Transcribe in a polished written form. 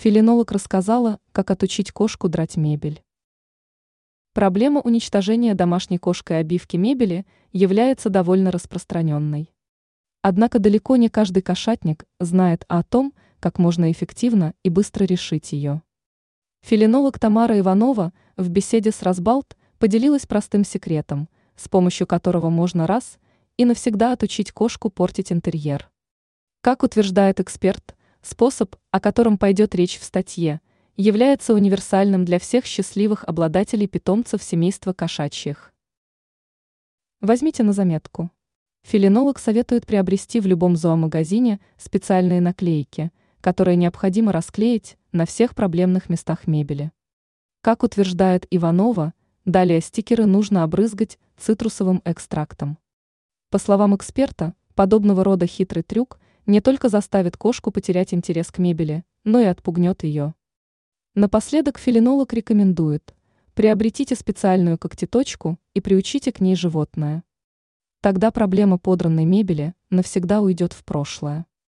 Фелинолог рассказала, как отучить кошку драть мебель. Проблема уничтожения домашней кошкой обивки мебели является довольно распространенной. Однако далеко не каждый кошатник знает о том, как можно эффективно и быстро решить ее. Фелинолог Тамара Иванова в беседе с Разбалт поделилась простым секретом, с помощью которого можно раз и навсегда отучить кошку портить интерьер. Как утверждает эксперт, способ, о котором пойдет речь в статье, является универсальным для всех счастливых обладателей питомцев семейства кошачьих. Возьмите на заметку. Фелинолог советует приобрести в любом зоомагазине специальные наклейки, которые необходимо расклеить на всех проблемных местах мебели. Как утверждает Иванова, далее стикеры нужно обрызгать цитрусовым экстрактом. По словам эксперта, подобного рода хитрый трюк не только заставит кошку потерять интерес к мебели, но и отпугнет ее. Напоследок фелинолог рекомендует: приобретите специальную когтеточку и приучите к ней животное. Тогда проблема подранной мебели навсегда уйдет в прошлое.